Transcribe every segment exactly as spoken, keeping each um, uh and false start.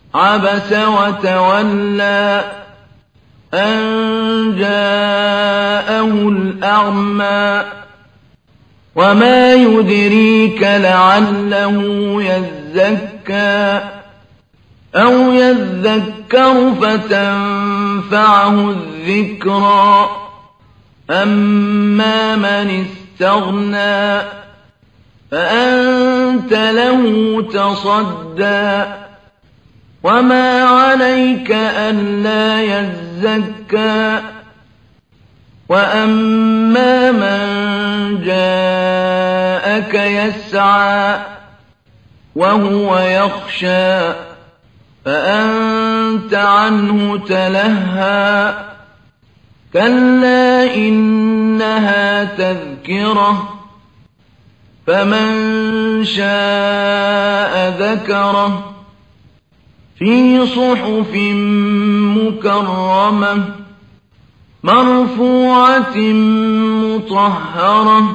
عبس وتولى أن جاءه الأعمى وما يدريك لعله يزكى أو يذكر فتنفعه الذكرى أما من استغنى فأنت له تصدى وما عليك ألا يزكى وأما من جاءك يسعى وهو يخشى فأنت عنه تلهى كلا إنها تذكرة فمن شاء ذكره في صحف مكرمة مرفوعة مطهرة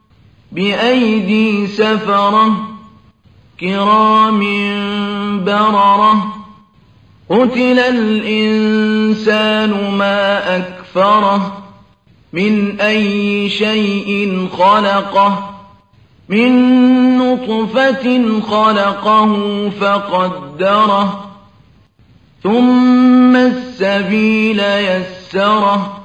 بأيدي سفرة كرام بررة قتل الإنسان ما أكفره من أي شيء خلقه من نطفة خلقه فقدره ثم السبيل يسره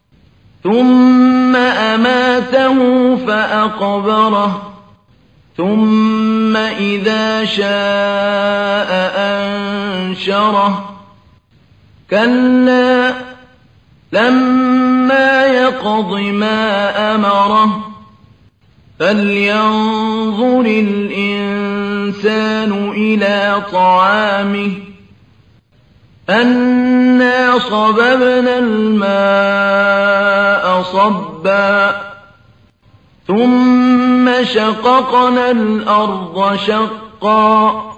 ثم أماته فأقبره ثم إذا شاء أنشره كلا لما يقض ما أمره فلينظر الإنسان إلى طعامه أنا صببنا الماء صبا ثم شققنا الأرض شقا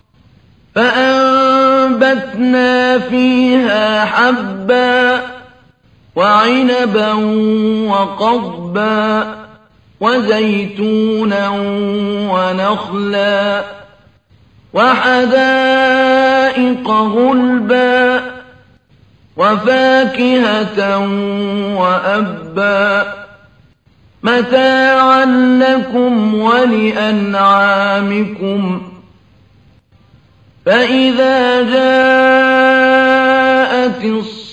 فأنبتنا فيها حبا وعنبا وقضبا وزيتونا ونخلا وحدائق غلبا وفاكهة وأبا متاعا لكم ولأنعامكم فإذا جاءت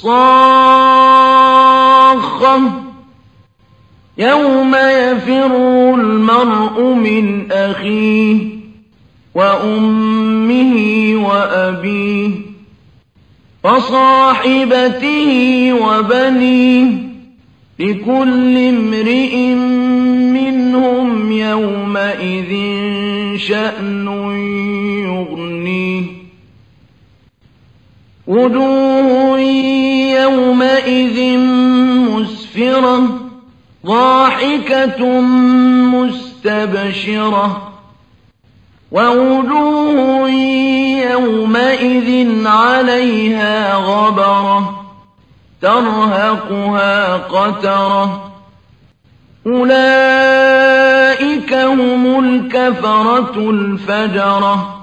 الصاخة يوم يفر المرء من أخيه وأمه وأبيه وصاحبته وبنيه لكل امرئ منهم يومئذ شأن يغنيه وجوه يومئذ مسفرة ضاحكة مستبشرة ووجوه يومئذ عليها غبرة ترهقها قترة أولئك هم الكفرة الفجرة